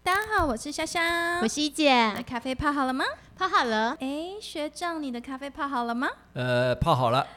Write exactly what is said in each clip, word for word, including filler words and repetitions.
大家好，我是香香， 我是一姐。 那咖啡泡好了吗？ 泡好了。 哎，学长，你的咖啡泡好了吗？ 呃，泡好了。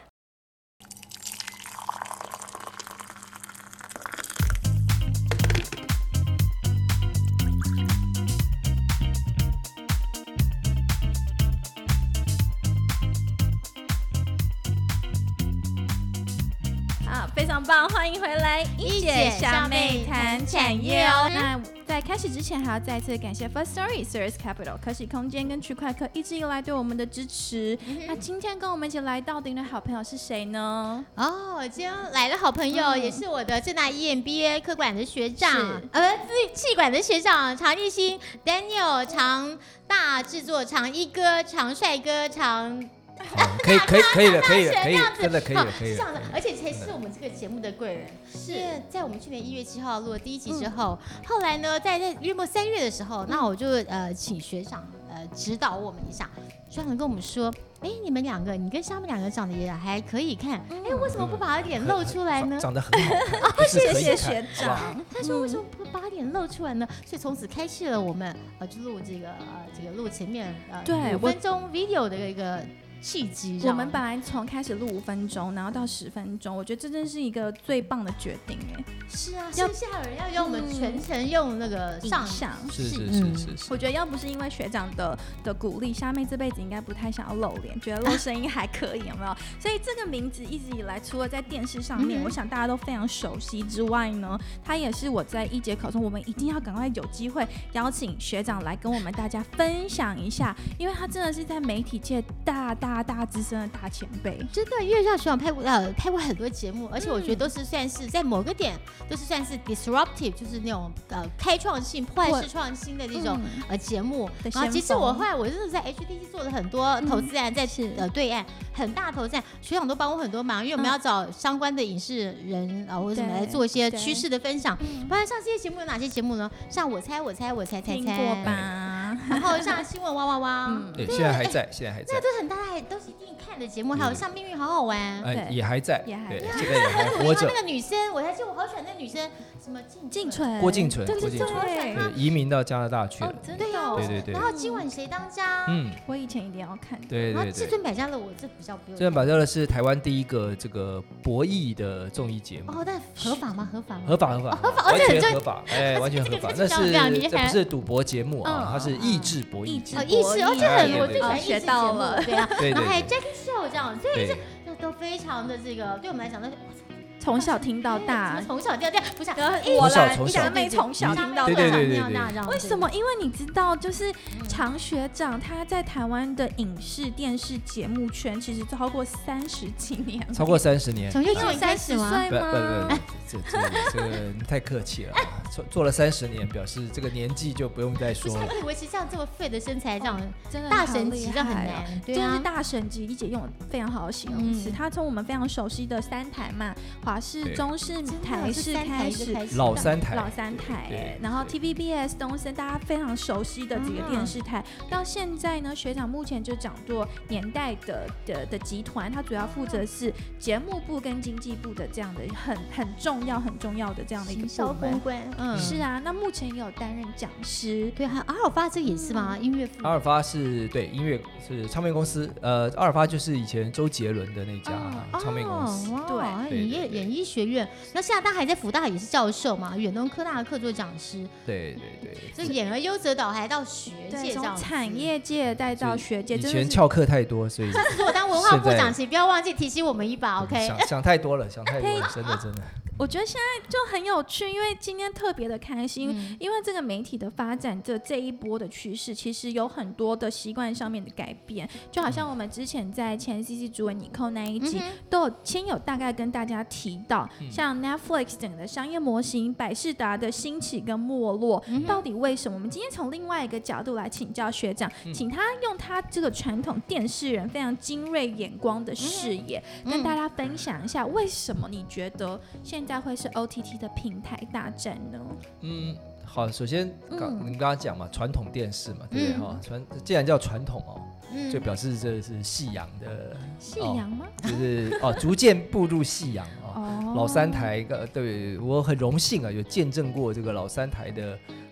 好，非常棒，欢迎回来，一姐小妹谈产业哦。那在开始之前，还要再次感谢 First Story、Service Capital、可喜空间跟区块客一直以来对我们的支持。嗯、那今天跟我们一起来到的好朋友是谁呢？ 哦，今天来的好朋友、嗯、也是我的政大 E M B A 科管的学长，呃，气管的学长常艺兴 Daniel， 常大制作，常一哥，常帅哥，常。 好，可以可以可以了，可以了，可以，真的可以了，可以了。 是这样的，而且才是我们这个节目的贵人。是在我们去年一月七号录了第一集之后，嗯、后来呢，在在约莫三月的时候，嗯、那我就呃请学长呃指导我们一下。学长跟我们说，哎，你们两个，你跟他们两个长得也还可以看，哎、嗯，为什么不把脸露出来呢？ 嗯、长得很好看， 哦， 谢谢学长。 他说为什么不把脸露出来呢？所以从此开启了我们呃就录这个呃这个录前面呃对五分钟 video 的一个。契机， 我们本来从开始录五分钟，然后到十分钟，我觉得这真是一个最棒的决定哎。 是啊，剩下的人要用我们全程用那个上相， 是是是是。 我觉得要不是因为学长的的鼓励，虾妹这辈子应该不太想要露脸，觉得露声音还可以，有没有？所以这个名字一直以来，除了在电视上面，嗯、我想大家都非常熟悉之外呢，他也是我在一节考中，我们一定要赶快有机会邀请学长来跟我们大家分享一下，因为他真的是在媒体界大大。大大资深的大前辈， 真的，因为像学长拍过呃拍过很多节目，而且我觉得都是算是在某个点都是算是 disruptive， 就是那种呃开创性、破坏式创新的那种、嗯、呃节目。然后其实我后来我真的在 H T C 做了很多投资案，在、嗯、呃对岸很大投资案，学长都帮我很多忙，因为我们要找相关的影视人啊、呃、或者什么来做一些趋势的分享。包括像这些节目有哪些节目呢？像我猜我猜我猜猜猜， 听过吧？ 然后像新闻哇哇哇， 嗯、对，现在还在，现在还在， 那都很大家都是一定看的节目，还有像《命运好好玩》， 呃，也还在， 也还在，这个也还活着。 那个女生，我还记得我好喜欢那个女生，什么静纯， 郭静纯， 对对对， 对，移民到加拿大去了， 真的哦， 对对对。 然后今晚谁当家？ 嗯，我以前一定要看。 对对对。 至尊百家乐，我这比较不用。 至尊百家乐是台湾第一个这个博弈的综艺节目。 哦，但合法吗？合法吗？ 合法合法合法， 完全合法，哎，完全合法。那是这不是赌博节目啊，它是益智博弈节目。 益智，而且很我最喜欢学到了， 对啊， 然后还有 Jackie Show 这样，所以这那都非常的这个，对我们来讲，那从小听到大， 从小听到大，不是我来，一小妹从小听到大， 对对对对。 为什么？因为你知道，就是常学长他在台湾的影视电视节目圈，其实超过三十几年， 超过三十年。 从幼稚园开始吗？ 不不不， 这这这个你太客气了，做做了三十年，表示这个年纪就不用再说了。 我以为其实像这么废的身材，这样真的大神级，这很难， 真的是大神级。一姐用了非常好的形容词，他从我们非常熟悉的三台嘛，华视、中视、台视开始， 老三台， 老三台，然后 T V B S、东森，大家非常熟悉的几个电视台，到现在呢，学长目前就掌舵年代的的的集团，他主要负责是节目部跟经济部的这样的很很重要很重要的这样的一个部门。嗯，是啊，那目前也有担任讲师， 对，还有阿尔发这也是吗？音乐阿尔发是对音乐是唱片公司，呃，阿尔发就是以前周杰伦的那家唱片公司， 对，演艺演艺学院。那现在他还在辅大也是教授嘛，远东科大的客座讲师。 对对对， 所以演而优则导还到学界， 从产业界带到学界。 以前翘课太多，所以这是我当文化部长，请不要忘记提醒我们一把 ，OK？ 想想太多了，想太多了，真的真的。 我觉得现在就很有趣，因为今天特别的开心，嗯、因为这个媒体的发展这这一波的趋势，其实有很多的习惯上面的改变。就好像我们之前在前 C C 主委尼寇那一集，嗯、都有先有大概跟大家提到，嗯、像 Netflix 整个的商业模型、百视达的兴起跟没落，嗯、到底为什么？我们今天从另外一个角度来请教学长，嗯、请他用他这个传统电视人非常精锐眼光的视野，嗯、跟大家分享一下，为什么你觉得现在现在会是 O T T 的平台大战呢？ 嗯，好，首先刚、嗯、你们刚刚讲嘛，传统电视嘛，对不对哈？传、嗯、既然叫传统哦，嗯、就表示这是夕阳的夕阳吗？ 哦、就是哦，逐渐步入夕阳哦。哦老三台，呃，对我很荣幸啊，有见证过这个老三台的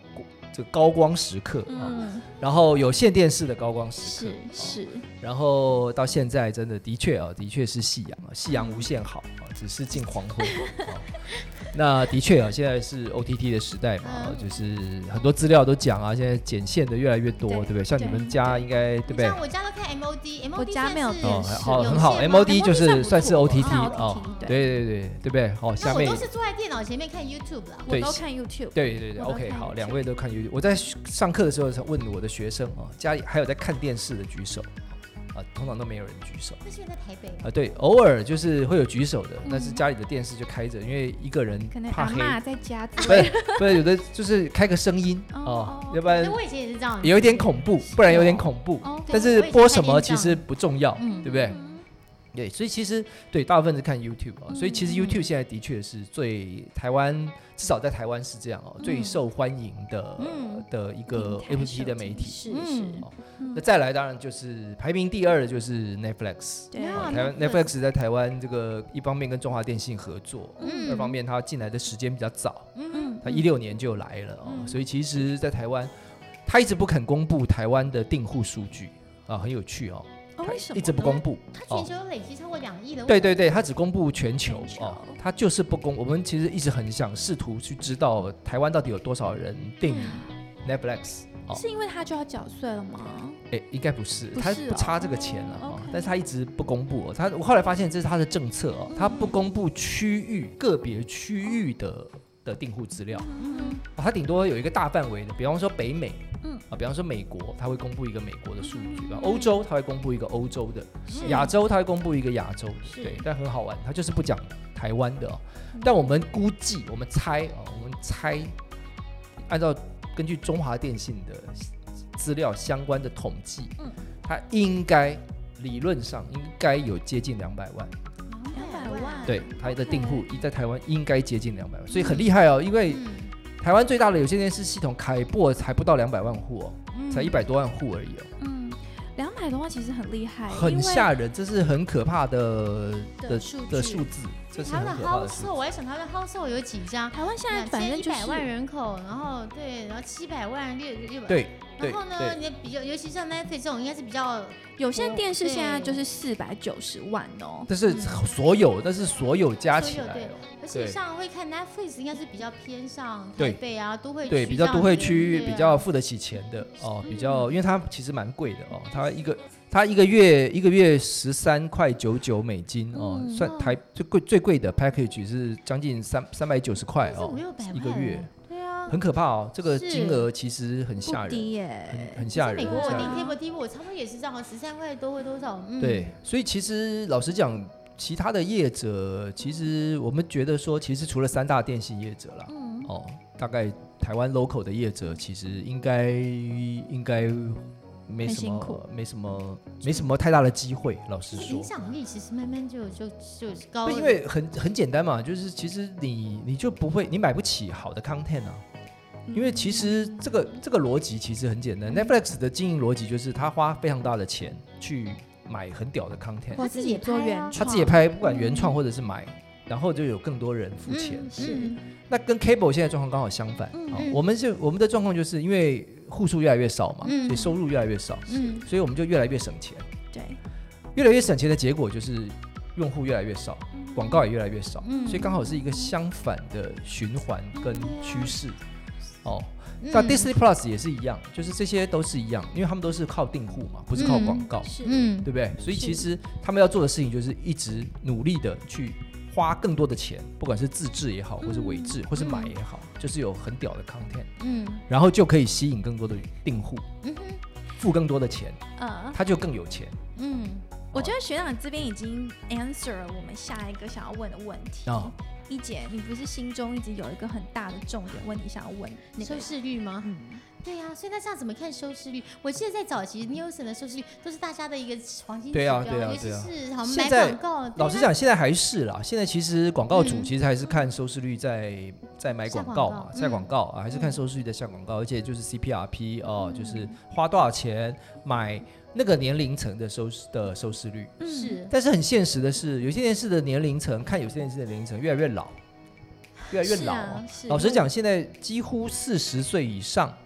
这个高光时刻、嗯哦、然后有线电视的高光时刻是是、哦， 然后到现在真的的确啊，的确是夕阳啊，夕阳无限好啊，只是近黄昏、哦。那的确啊，现在是 O T T 的时代嘛、嗯，就是很多资料都讲啊，现在剪线的越来越多， 对, 对不对？像你们家应该对不对？ 像我家都看 M O D，M O D 我家没有电视， 好很好 ，M O D 就是算是 O T T 哦，对对对对不对？好，下面我都是坐在电脑前面看 YouTube 啦， 我都看 YouTube， 对对对 ，OK， 好，两位都看 YouTube。我在上课的时候问我的学生啊，家里还有在看电视的举手。啊，通常都没有人举手。 那是因为在台北啊，对，偶尔就是会有举手的，嗯、但是家里的电视就开着，因为一个人怕黑。 可能阿嬷在家， 不是不是，有的就是开个声音哦、 哦， 要不然我以前也是这样， 有一点恐怖，不然有点恐怖。哦、但是播什么其实不重要， 嗯、 对不对？嗯对，所以其实对大部分是看 YouTube 啊、哦，所以其实 YouTube 现在的确是最台湾，至少在台湾是这样哦，嗯、最受欢迎的、嗯、的一个 A P P 的媒体。 是是、 哦嗯。那再来当然就是排名第二的就是 Netflix， 对、 哦，台湾 Netflix 在台湾这个一方面跟中华电信合作，嗯、二方面它进来的时间比较早，嗯，它一六年就来了哦、嗯，所以其实在台湾，它一直不肯公布台湾的订户数据啊，很有趣哦。 哦、为什么一直不公布？ 它全球累积超过两亿的。 对对对，它只公布全球哦，它就是不公。我们其实一直很想试图去知道台湾到底有多少人订 Netflix、 哦。是因为它就要缴税了吗？ 哎，应该不是， 不是它哦、 不差这个钱了、 哦 okay、但是它一直不公布、哦。它我后来发现这是它的政策哦，它不公布区域个别区域的的订户资料。嗯、哦，它顶多有一个大范围的，比方说北美。嗯啊，比方说美国，它会公布一个美国的数据；欧、嗯、洲，它会公布一个欧洲的；亚洲，它会公布一个亚洲的。对，但很好玩，它就是不讲台湾的、哦嗯。但我们估计，我们猜啊、哦，我们猜，按照根据中华电信的资料相关的统计，嗯，它应该理论上应该有接近两百万。 两百万？ 对，它的订户在台湾应该接近两百万，所以很厉害哦，因为。嗯台湾最大的有线电视系统凯擘才不到两百万户哦、嗯，才一百多万户而已哦。 嗯，两百多万其实很厉害， 很吓人，这是很可怕的的的数字。这是台湾的 household， 我在想台湾的 household 有几家？ 台湾现在反正就是一百万人口，然后对，然后七百万六六百。 对。 然后呢，你比较，尤其像 Netflix 这种，应该是比较有线电视，现在就是四百九十万哦。 这是所有，那、嗯、是所有加起来、哦。 对，而且像会看 Netflix， 应该是比较偏向台北啊，都会区对比较都会区、啊、比较付得起钱的哦，比较，因为它其实蛮贵的哦，它一个它一个月一个月十三块九九美金哦，嗯、算台最贵最贵的 package 是将近三三百九十块哦，一个月。很可怕哦，这个金额其实很吓人， 不低耶， 很很吓人。 美国我订 Cable T V， 我差不多也是这样，十三块多会多少？嗯、 对，所以其实老实讲，其他的业者，其实我们觉得说，其实除了三大电信业者啦，嗯、哦，大概台湾 local 的业者，其实应该应该没什么没什么没什么太大的机会。老实说， 影响力其实慢慢就就就高了， 因为很很简单嘛，就是其实你你就不会，你买不起好的 content 啊。因为其实这个这个逻辑其实很简单 ，Netflix 的经营逻辑就是他花非常大的钱去买很屌的 content， 他自己也做原创， 他自己也拍，不管原创或者是买，然后就有更多人付钱。 嗯、是， 那跟 Cable 现在状况刚好相反、嗯哦、我们是我们的状况就是因为户数越来越少嘛、嗯，所以收入越来越少，嗯，所以我们就越来越省钱。 对， 越来越省钱的结果就是用户越来越少，广告也越来越少，嗯、所以刚好是一个相反的循环跟趋势。哦，那 Disney Plus 也是一样，就是这些都是一样，因为他们都是靠订户嘛，不是靠广告， 嗯， 对不对？所以其实他们要做的事情就是一直努力的去花更多的钱，不管是自制也好，或是伪制，或是买也好，就是有很屌的 content， 嗯，然后就可以吸引更多的订户，嗯哼，付更多的钱，呃，他就更有钱， 嗯。我觉得学长这边已经 answer 了我们下一个想要问的问题。哦，一姐，你不是心中一直有一个很大的重点问题想要问、那個、 收视率吗？嗯，对呀、啊，所以那这样怎么看收视率？我记得在早期 Nielsen 的收视率都是大家的一个黄金指标， 对啊，对啊， 尤其是好买广告。 老实讲，现在还是啦。现在其实广告主其实还是看收视率在在买广告嘛，下广告啊、嗯，还是看收视率在下广告，而且就是 C P R P 哦、嗯，就是花多少钱买。那个年龄层的收的收视率是， 但是很现实的是，有些电视的年龄层看有些电视的年龄层越来越老，越来越老、啊。老实讲，现在几乎四十岁以上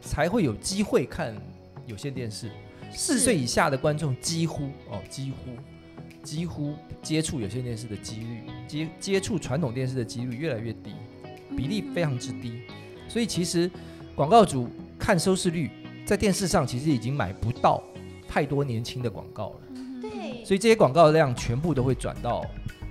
才会有机会看有线电视。四岁以下的观众几乎哦，几乎几乎接触有线电视的几率，接接触传统电视的几率越来越低，比例非常之低。所以其实广告主看收视率，在电视上其实已经买不到太多年轻的广告了。 对， 所以这些广告量全部都会转到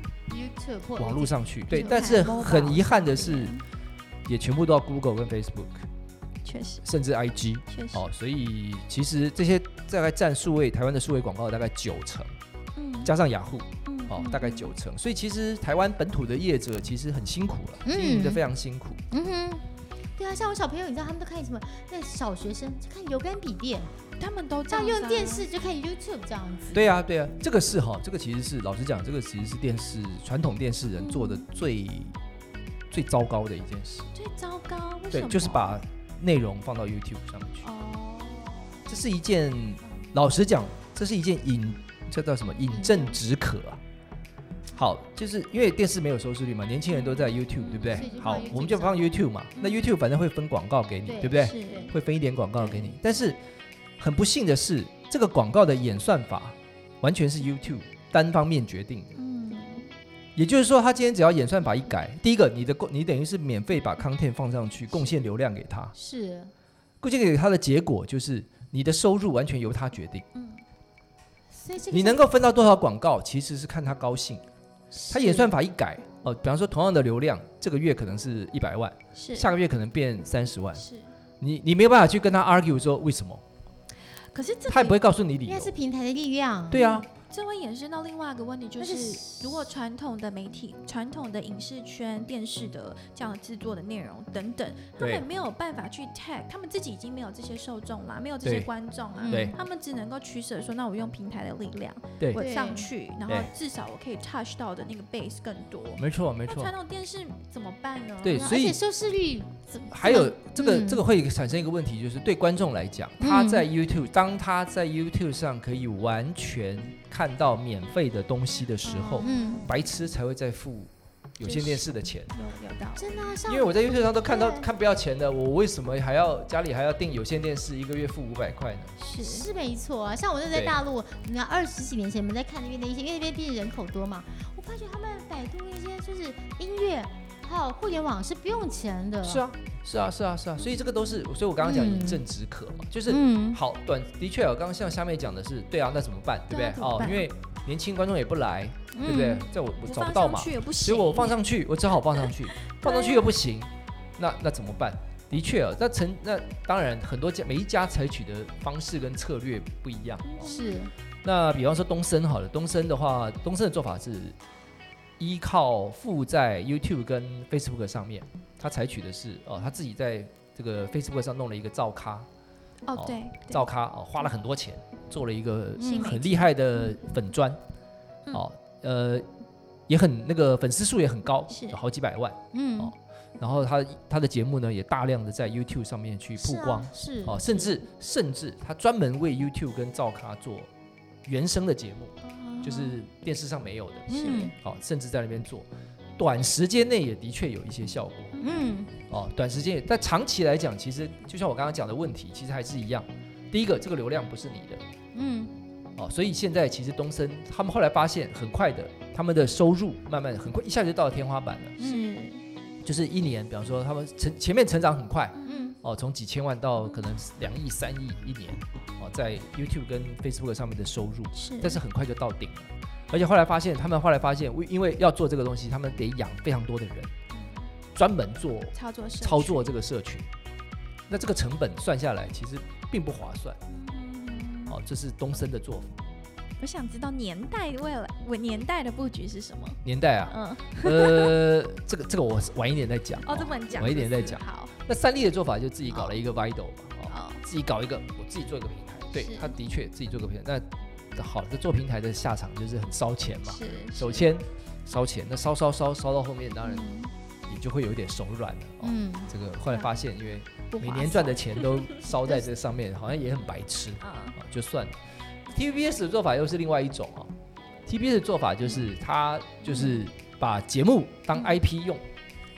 YouTube 网络上去。对，但是很遗憾的是，也全部都要 Google 跟 Facebook。 确实， 甚至 I G， 确实， 哦，所以其实这些大概占数位台湾的数位广告大概九成，嗯，加上雅虎，嗯，哦，大概九成，所以其实台湾本土的业者其实很辛苦了，经营的非常辛苦。 嗯哼，对啊，像我小朋友，你知道他们都看什么？那小学生就看有杆笔电， 他们都这样用电视就看 YouTube 这样子。 对啊，对啊，这个是哈，这个其实是老实讲，这个其实是电视传统电视人做的最、嗯、最糟糕的一件事。 最糟糕？为什么？ 对，就是把内容放到 YouTube 上去。哦，这是一件，老实讲，这是一件饮，这叫什么？饮鸩止渴啊。好，就是因为电视没有收视率嘛，年轻人都在 YouTube，、嗯、对不对？好，我们就放 YouTube 嘛。嗯、那 YouTube 反正会分广告给你， 对, 对不对？会分一点广告给你。但是很不幸的是，这个广告的演算法完全是 YouTube 单方面决定的。嗯，也就是说，他今天只要演算法一改，第一个，你的你等于是免费把 content 放上去，贡献流量给他。 是， 贡献给他的结果就是你的收入完全由他决定。嗯，所以这个你能够分到多少广告，其实是看他高兴。他演算法一改，哦，比方说同样的流量，这个月可能是一百万，是下个月可能变三十万，是你你没有办法去跟他 argue 说为什么， 可是这他也不会告诉你理由， 应该是平台的力量。 对啊。 这会衍生到另外一个问题，就是如果传统的媒体、传统的影视圈、电视的这样制作的内容等等，他们没有办法去 tag， 他们自己已经没有这些受众啦，没有这些观众啦，他们只能够取舍说，那我用平台的力量，我上去，然后至少我可以 touch 到的那个 base 更多。 没错，没错。 传统电视怎么办呢？ 对，所以而且收视率还有这个、嗯、这个会产生一个问题，就是对观众来讲，他在 YouTube，、嗯、当他在 YouTube 上可以完全看到免费的东西的时候，嗯，白痴才会再付有线电视的钱。 有有道理， 真的、啊， 因为我在 YouTube 上都看到看不要钱的，我为什么还要家里还要订有线电视，一个月付五百块呢？ 是是没错啊，像我那在大陆，你看二十几年前我们在看那边的一些，因为那边毕竟人口多嘛，我发觉他们百度一些就是音乐。还有互联网是不用钱的， 是啊，是啊，是啊，是啊，所以这个都是，所以我刚刚讲饮鸩止渴嘛，嗯、就是、嗯、好短，的确，我刚刚像下面讲的是，对啊，那怎么办，对不对？哦，因为年轻观众也不来，嗯、对不对？在我我找不到嘛，所以我放上去，我只好放上去，放上去又不行，那那怎么办？的确啊，那成那当然很多家每一家采取的方式跟策略不一样， 哦、是。 那比方说东森好了，东森的话，东森的做法是。依靠附在 YouTube 跟 Facebook 上面，他采取的是哦，他自己在这个 Facebook 上弄了一个造咖， 哦对， 造咖哦，花了很多钱做了一个很厉害的粉专，嗯、哦呃也很那个粉丝数也很高，有好几百万，嗯哦，然后他他的节目呢也大量的在 YouTube 上面去曝光， 是、啊、是哦，甚至甚至他专门为 YouTube 跟造咖做原声的节目。就是电视上没有的，嗯，好，甚至在那边做，短时间内也的确有一些效果，嗯，哦，短时间，但长期来讲，其实就像我刚刚讲的问题，其实还是一样。第一个，这个流量不是你的，嗯，哦，所以现在其实东森他们后来发现，很快的，他们的收入慢慢很快一下就到了天花板了，是，就是一年，比方说他们成前面成长很快，嗯，哦，从几千万到可能两亿、三亿一年。在 YouTube 跟 Facebook 上面的收入，是，但是很快就到顶了，而且后来发现，他们后来发现，因为要做这个东西，他们得养非常多的人，专门做操作操作这个社群，那这个成本算下来其实并不划算，嗯、哦，这是东森的做法。 我想知道年代未来年代的布局是什么？ 年代啊，嗯，呃，这个这个我晚一点再讲， 哦，这晚讲， 晚一点再讲。 好， 那三立的做法就自己搞了一个 Vido 嘛，哦，自己搞一个，我自己做一个平台。对，他的确自己做个平台，那好，这做平台的下场就是很烧钱嘛。是，首先烧钱，那烧烧烧烧到后面，当然也就会有一点手软了。哦、嗯，这个后来发现，因为每年赚的钱都烧在这上面，好像也很白痴啊、哦，就算了。T V B S 的做法又是另外一种哦 ，T V B S 的做法就是他就是把节目当 I P 用，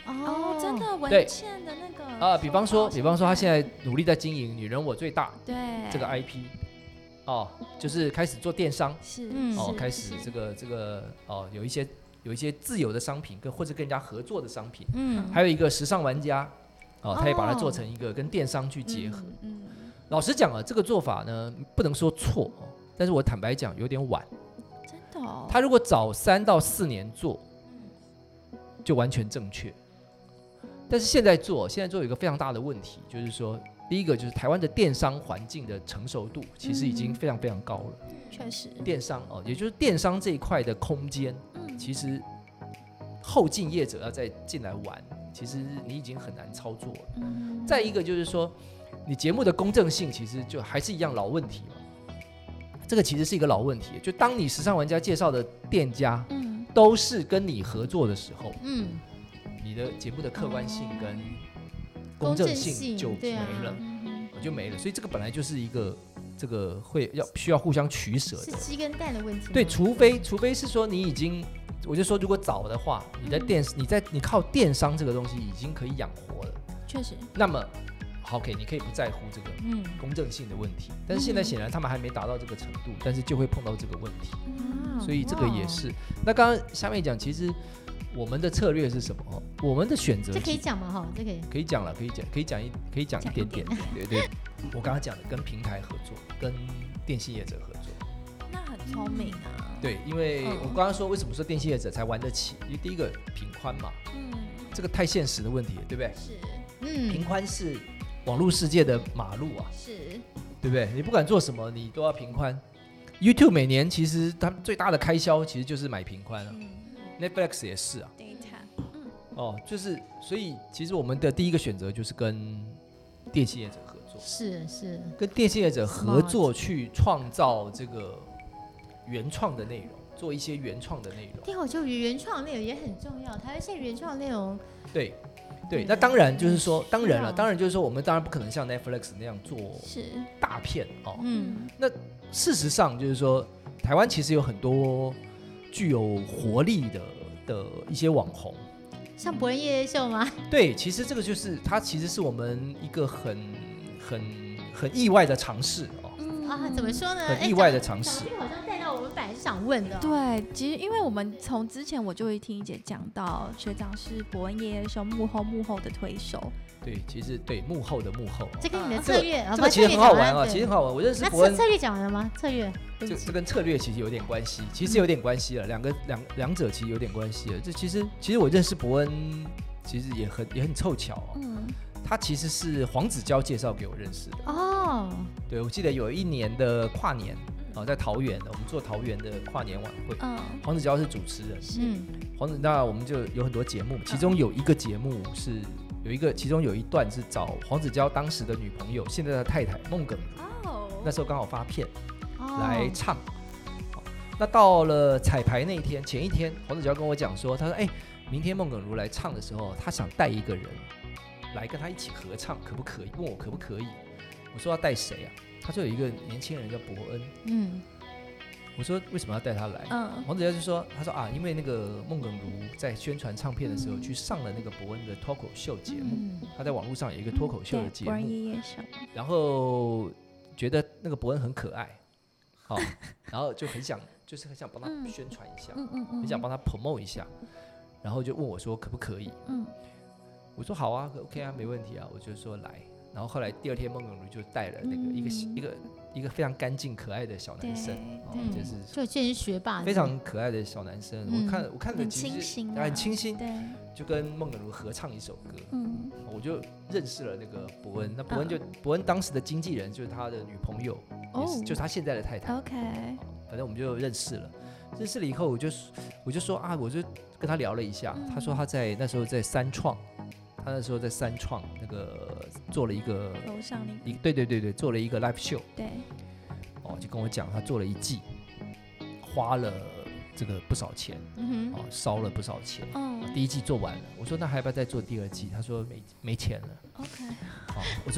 哦，真的文倩的那个啊，比方说，比方说他现在努力在经营女人我最大， 对这个 I P， 哦，就是开始做电商， 是哦，开始这个这个哦，有一些有一些自有的商品跟或者跟人家合作的商品，嗯，还有一个时尚玩家，哦，他也把它做成一个跟电商去结合。嗯，老实讲啊，这个做法呢不能说错，但是我坦白讲有点晚。 真的哦， 他如果早三到四年做，就完全正确。但是现在做，现在做有一个非常大的问题，就是说，第一个就是台湾的电商环境的成熟度其实已经非常非常高了。 确实， 电商哦，也就是电商这一块的空间，嗯，其实后进业者要再进来玩，其实你已经很难操作了。嗯，再一个就是说，你节目的公正性其实就还是一样老问题嘛。这个其实是一个老问题，就当你时尚玩家介绍的店家，嗯，都是跟你合作的时候，嗯。你的节目的客观性跟公正性就没了，我、啊、就没了，所以这个本来就是一个这个会要需要互相取舍的， 是鸡跟蛋的问题。 对，除非除非是说你已经，我就说如果早的话，你在电、嗯、你在你靠电商这个东西已经可以养活了， 确实。 那么 OK， 你可以不在乎这个公正性的问题，嗯、但是现在显然他们还没达到这个程度，但是就会碰到这个问题，嗯、所以这个也是。那刚刚下面讲，其实。我们的策略是什么？我们的选择， 这可以讲吗？哈，这可以可以讲了，可以讲，可以讲一，可以讲一点点。对对，我刚刚讲的跟平台合作，跟电信业者合作， 那很聪明啊。 对，因为我刚刚说为什么说电信业者才玩得起？因为第一个频宽嘛，嗯，这个太现实的问题，对不对？ 是，嗯， 频宽是网络世界的马路啊， 是， 对不对？你不管做什么，你都要频宽。YouTube 每年其实他们最大的开销其实就是买频宽啊。嗯Netflix 也是啊， data， 嗯， 哦，就是所以其实我们的第一个选择就是跟电信业者合作， 是是， 跟电信业者合作去创造这个原创的内容，做一些原创的内容。 对，我觉得原创内容也很重要，台湾现在原创内容， 对对，那当然就是说，当然了，当然就是说，我们当然不可能像 Netflix 那样做大片哦，嗯，那事实上就是说，台湾其实有很多。具有活力的的一些网红， 像博恩夜夜秀吗？ 对，其实这个就是它，其实是我们一个很很很意外的尝试哦。 嗯啊，怎么说呢？ 很意外的尝试。 好像带到我们本来是想问的、哦。 对，其实因为我们从之前我就会听一姐讲到，学长是博恩夜夜秀幕后幕后的推手。 对，其实对幕后的幕后， 这跟你的策略， 这个其实很好玩啊，其实很好玩。我认识博恩， 那策略讲完了吗？策略， 这这跟策略其实有点关系，其实有点关系了，两个两两者其实有点关系了。这其实其实我认识博恩，其实也很也很凑巧哦。嗯，他其实是黄子佼介绍给我认识的。哦，对，我记得有一年的跨年啊，在桃园的，我们做桃园的跨年晚会，嗯，黄子佼是主持人，嗯，黄子那我们就有很多节目，其中有一个节目是。有一个，其中有一段是找黄子佼当时的女朋友，现在的太太孟耿如， oh. 那时候刚好发片、oh. 来唱。那到了彩排那一天，前一天，黄子佼跟我讲说，他说：“哎、欸，明天孟耿如来唱的时候，他想带一个人来跟他一起合唱，可不可以？问我可不可以？我说要带谁啊？他说有一个年轻人叫伯恩。嗯。”我说为什么要带他来？嗯，黄子佼就说，他说啊，因为那个孟耿如在宣传唱片的时候，嗯、去上了那个伯恩的脱口秀节目，嗯、他在网络上有一个脱口秀的节目， 嗯、 然后觉得那个伯恩很可爱，好、哦，然后就很想，就是很想帮他宣传一下，嗯嗯嗯、很想帮他 promote 一下，然后就问我说可不可以？嗯，我说好啊 ，OK 啊，没问题啊，我就说来。然后后来第二天，孟耿如就带了那个一个、嗯、一个一个非常干净可爱的小男生，哦、就是就见学霸， 非常可爱的小男生。嗯、我看我看了， 很清新、 啊，很清新， 对， 就跟孟耿如合唱一首歌，嗯，我就认识了那个伯恩。那伯恩就、嗯、伯恩当时的经纪人就是他的女朋友，哦，就是他现在的太太。 OK， 反正我们就认识了。认识了以后，我就我就说啊，我就跟他聊了一下，嗯、他说他在那时候在三创。他那时候在三创那个做了一个楼上那个， 对对对对，做了一个 live show， 对， 哦，就跟我讲他做了一季，花了这个不少钱，嗯、哦，烧了不少钱，哦，第一季做完了，我说那还要不要再做第二季？他说没没钱了 ，OK， 哦，我说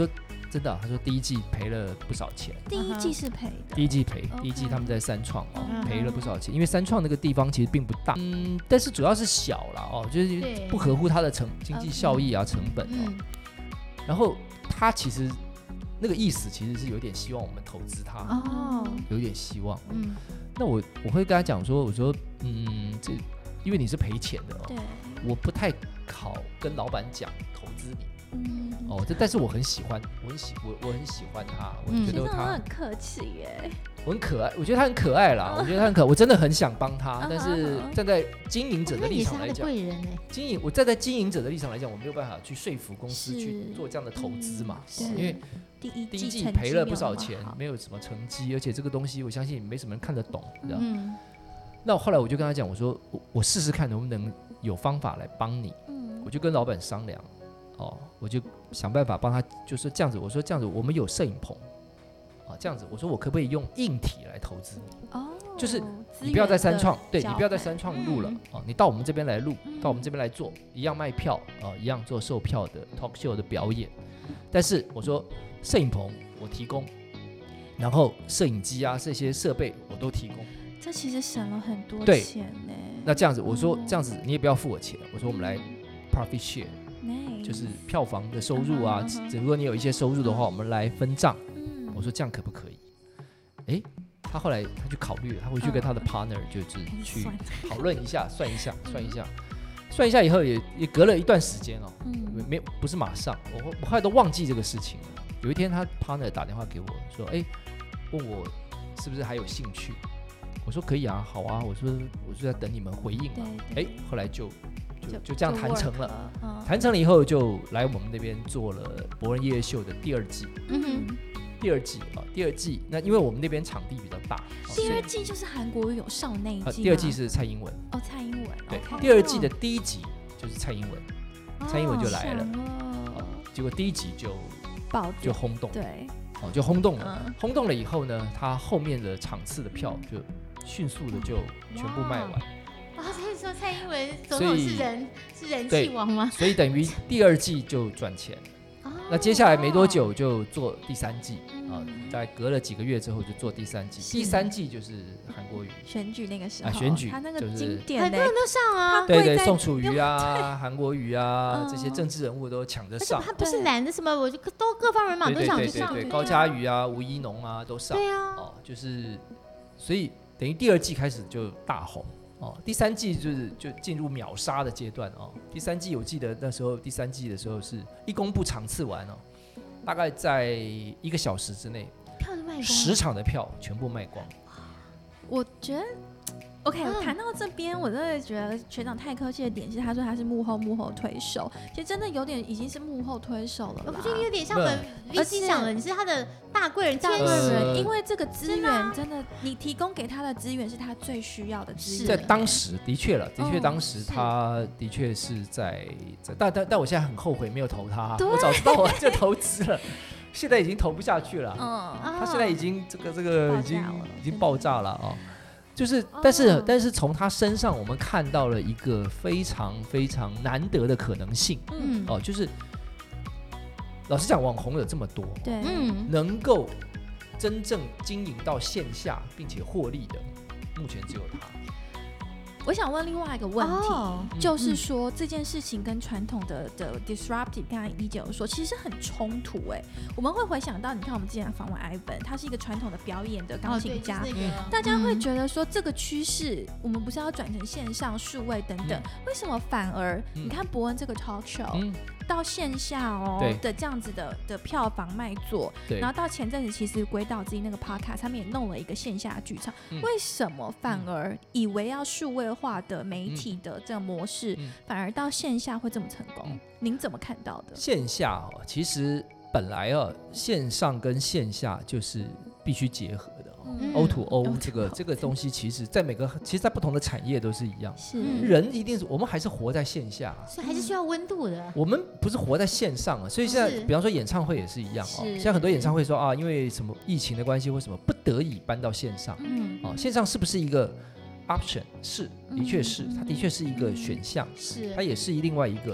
真的、啊，他说第一季赔了不少钱。 第一季是赔的， 第一季赔， Okay. 第一季他们在三创哦， 嗯赔了不少钱，因为三创那个地方其实并不大，嗯，但是主要是小啦哦，就是不合乎它的成经济效益啊、成本哦。 嗯然后他其实那个意思其实是有点希望我们投资他， 哦， 有点希望。 嗯， 那我我会跟他讲说，我说嗯，这因为你是赔钱的哦， 对， 我不太好跟老板讲投资你。 嗯， 哦，这但是我很喜欢，我很喜我我很喜欢他，我觉得他、 嗯、很客气耶， 我很可爱，我觉得他很可爱啦，我觉得他很可爱，我真的很想帮他，但是站在经营者的立场来讲，经营我站在经营者的立场来讲，我没有办法去说服公司去做这样的投资嘛， 嗯、 因为第一第一季赔了不少钱，没有什么成绩，而且这个东西我相信没什么人看得懂，你知道？嗯，那后来我就跟他讲，我说我我试试看能不能有方法来帮你，嗯，我就跟老板商量。哦，我就想办法帮他，就是这样子。我说这样子，我们有摄影棚，啊，这样子，我说我可不可以用硬体来投资你？哦，就是你不要在三创，对你不要在三创录了，嗯、哦，你到我们这边来录，嗯、到我们这边来做，一样卖票，啊、哦，一样做售票的 talk show 的表演。但是我说摄影棚我提供，然后摄影机啊这些设备我都提供。 这其实省了很多钱呢。 那这样子，我说这样子你也不要付我钱，我说我们来 profit share。就是票房的收入啊，如果你有一些收入的话，我们来分账。嗯、我说这样可不可以？哎，他后来他就考虑了，他回去跟他的 partner 就是去讨论一下，算一下，算一下，算一下以后也也隔了一段时间哦，嗯、没不是马上，我我后来都忘记这个事情了。有一天他 partner 打电话给我说，哎，问我是不是还有兴趣？我说可以啊，好啊，我说我就在等你们回应嘛。哎，后来就。就, 就这样谈成了，嗯、谈成了以后就来我们那边做了博人夜夜秀的第二季。嗯哼，第二季啊，第二季那因为我们那边场地比较大， 第二季就是韩国语有上那一季、啊。 第二季是蔡英文。 哦，蔡英文。 对， okay, 第二季的第一集就是蔡英文，哦、蔡英文就来了、哦，结果第一集就爆就轰动， 对， 哦，就轰动了，嗯、轰动了以后呢，他后面的场次的票就迅速的就全部卖完。 啊、哦，所以说蔡英文总统是人是人气王吗？ 所以等于第二季就赚钱。哦、那接下来没多久就做第三季、嗯、啊，大概隔了几个月之后就做第三季。第三季就是韩国瑜选举那个时候， 啊、选举他那个经典、就是、很多人都上啊， 对对，宋楚瑜啊、韩国瑜啊、嗯、这些政治人物都抢着上。 他不是蓝的什么，我就都各方人马都想去上。 对对对对，高嘉瑜啊、吴怡农啊都上。 对啊， 哦，就是所以等于第二季开始就大红。哦，第三季就是就进入秒杀的阶段哦。第三季我记得那时候第三季的时候是一公布场次完哦，大概在一个小时之内， 票都卖光， 十场的票全部卖光。 我觉得 OK，我谈到这边，我真的觉得学长太客气的点是，他说他是幕后幕后推手，其实真的有点已经是幕后推手了。 我不觉得有点像我们 V C 讲的，你是他的大贵人、 大贵人，因为这个资源真的，你提供给他的资源是他最需要的资源。 在当时的确了，的确当时他的确是在，在但但但我现在很后悔没有投他，我早知道我就投资了。现在已经投不下去了，嗯，他现在已经这个这个已经已经爆炸了哦。就是，但是、哦、但是从他身上，我们看到了一个非常非常难得的可能性。嗯，哦，就是老实讲，网红有这么多， 对， 嗯，能够真正经营到线下并且获利的，目前只有他。 我想问另外一个问题，哦、就是说、嗯、这件事情跟传统的的 disruptive， 刚才一姐有说，其实很冲突哎。我们会回想到，你看我们之前访问 Ivan， 他是一个传统的表演的钢琴家，哦就是那个、大家会觉得说这个趋势，我们不是要转成线上、数位等等，嗯、为什么反而、嗯、你看伯恩这个 talk show、嗯、到线下哦的这样子的的票房卖座，然后到前阵子其实归到自己那个 podcast， 他们也弄了一个线下剧场，嗯、为什么反而以为要数位化的媒体的这个模式、嗯、反而到线下会这么成功、嗯、您怎么看到的？ 线下、哦、其实本来、哦、线上跟线下就是必须结合的、哦嗯、O to O 这个这个东西其实在每个其实在不同的产业都是一样， 是人一定是我们还是活在线下， 所以还是需要温度的， 我们不是活在线上啊，所以现在比方说演唱会也是一样哦，现在很多演唱会说啊因为什么疫情的关系或什么不得已搬到线上，嗯，哦，线上是不是一个option？ 是，的确是，它的确是一个选项， 是， 它也是另外一个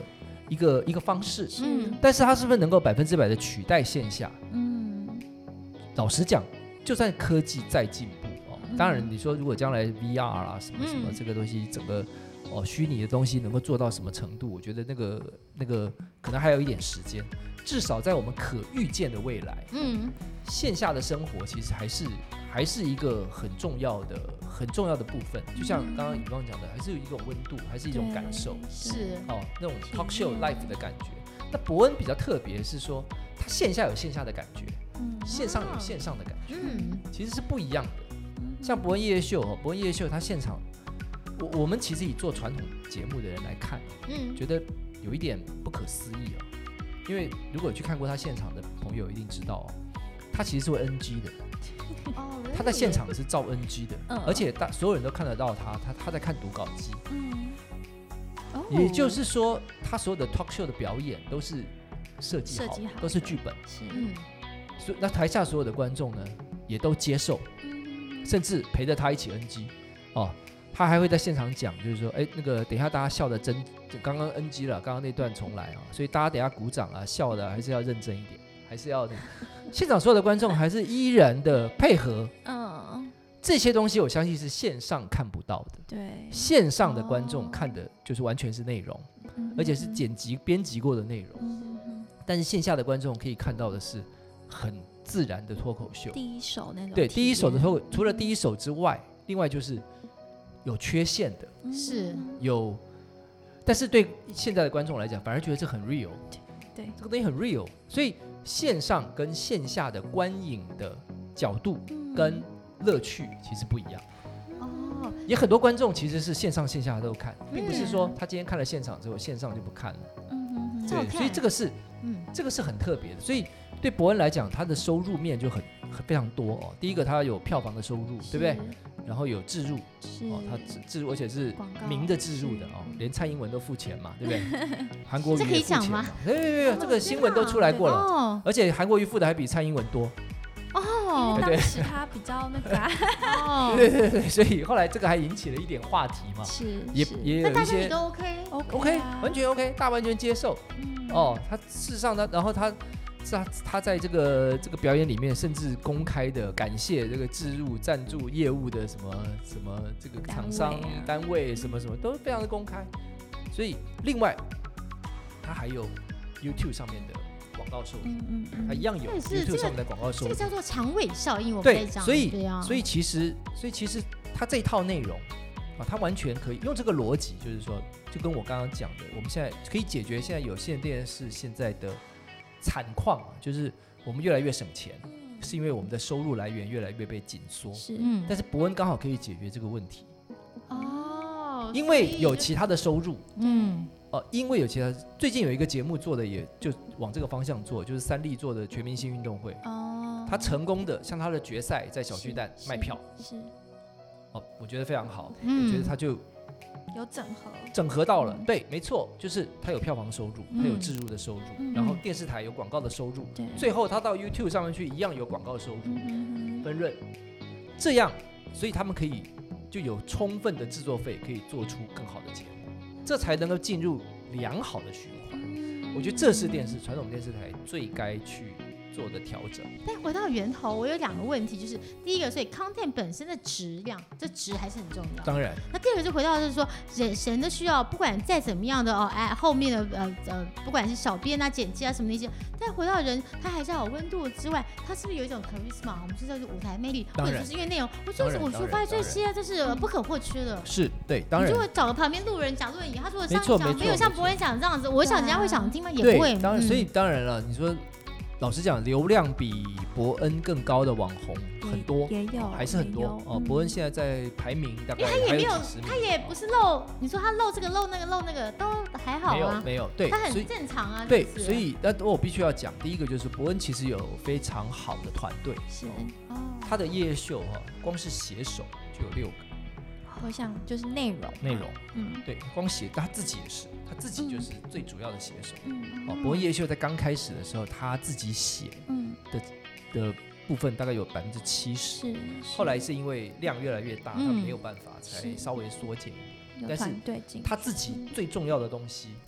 一个一个方式，嗯，但是它是不是能够百分之百的取代线下？嗯，老实讲，就算科技再进步哦，嗯、当然你说如果将来 V R 啊什么什么、嗯、这个东西整个哦虚拟的东西能够做到什么程度，我觉得那个那个可能还有一点时间。至少在我们可预见的未来，嗯，线下的生活其实还是还是一个很重要的很重要的部分。就像刚刚宇光讲的，还是有一种温度，还是一种感受， 是哦，那种 talk show life 的感觉。那伯恩比较特别是说，他线下有线下的感觉，嗯，线上有线上的感觉，嗯，其实是不一样的。像伯恩夜夜秀哦，伯恩夜夜秀他现场，我我们其实以做传统节目的人来看，嗯，觉得有一点不可思议哦。因为如果有去看过他现场的朋友一定知道、哦，他其实是会 N G 的，哦，他在现场是照 N G 的，嗯、而且大所有人都看得到他，他他在看读稿机，嗯，哦、也就是说，他所有的 talk show 的表演都是设计好，好都是剧本，是，嗯，所以那台下所有的观众呢，也都接受，嗯、甚至陪着他一起 N G， 哦。他还会在现场讲，就是说，哎，那个等一下大家笑的真，刚刚 N G 了，刚刚那段重来啊，所以大家等一下鼓掌啊，笑的还是要认真一点，还是要现场所有的观众还是依然的配合，嗯，这些东西我相信是线上看不到的， 对， 线上的观众看的就是完全是内容，哦、而且是剪辑编辑过的内容，嗯、但是线下的观众可以看到的是很自然的脱口秀， 第一手那种， 对，第一手的脱口，除了第一手之外，另外就是有缺陷的， 是有，但是对现在的观众来讲，反而觉得这很 real， 对， 这个东西很 real， 所以线上跟线下的观影的角度跟乐趣其实不一样。哦，也很多观众其实是线上线下都看，并不是说他今天看了现场之后，线上就不看了。嗯，对，所以这个是，嗯，这个是很特别的。所以对伯恩来讲，他的收入面就很很非常多哦。第一个，他有票房的收入，对不对？然后有置入，哦，他置入，而且是明的置入的哦，连蔡英文都付钱嘛，对不对？韩国瑜也付钱嘛，这可以讲吗？对对对，这个新闻都出来过了，哦、而且韩国瑜付的还比蔡英文多。 哦，因为当时他比较那个、啊， 哦，对对对，所以后来这个还引起了一点话题嘛， 是， 也也有一些都 OK OK， 完全 OK， 大完全接受。嗯、哦，他事实上呢，然后他。他他在这个这个表演里面，甚至公开的感谢这个置入赞助业务的什么什么这个厂商单位、啊、单位什么什么都非常的公开，所以另外他还有 YouTube 上面的广告收入，嗯嗯，他一样有 YouTube 上面的广告收入， 这个叫做长尾效应，我们在讲， 对，所以对、啊、所以其实所以其实他这一套内容啊，他完全可以用这个逻辑，就是说，就跟我刚刚讲的，我们现在可以解决现在有线电视现在的惨况，就是我们越来越省钱，是因为我们的收入来源越来越被紧缩。是，嗯，但是伯恩刚好可以解决这个问题。哦，因为有其他的收入。嗯，哦、呃，因为有其他，最近有一个节目做的也就往这个方向做，就是三立做的全明星运动会。哦，他成功的，像他的决赛在小巨蛋卖票。是。是哦，我觉得非常好。嗯，我觉得他就。 有整合， 整合到了，嗯、对，没错，就是他有票房收入，他、嗯、有置入的收入，嗯、然后电视台有广告的收入，嗯、最后他到 YouTube 上面去一样有广告收入，嗯、分润，这样，所以他们可以就有充分的制作费，可以做出更好的节目，这才能够进入良好的循环。嗯、我觉得这是电视传统电视台最该去做的调整。 但回到源头，我有两个问题，就是第一个，所以 content 本身的质量，这质还是很重要。 当然。 那第二个就回到就是说，人人的需要，不管再怎么样的哦，哎，后面的呃呃，不管是小编啊、剪辑啊什么那些，但回到人，他还是要有温度之外，他是不是有一种 charisma？ 我们是叫做舞台魅力，或者是因为内容，我就是我说发现这些这是不可或缺的。 是，对，当然。 你就会找个旁边路人讲论语，他如果像讲没有像博文讲这样子，我想人家会想听吗？也不会。 当然，所以当然了，你说。老实讲，流量比伯恩更高的网红很多， 也有， 还是很多哦。伯恩现在在排名大概他也没有，他也不是漏，你说他漏这个漏那个漏那个都还好啊， 没有没有，对， 他很正常啊。 对，所以但我必须要讲，第一个就是伯恩其实有非常好的团队， 是哦，他的夜夜秀哈，光是写手就有六个。 我想就是内容， 内容，嗯，对，光写他自己也是，他自己就是最主要的写手。嗯，哦，伯恩夜秀在刚开始的时候，他自己写的的部分大概有百分之七十，后来是因为量越来越大，他没有办法，才稍微缩减一点。但是他自己最重要的东西，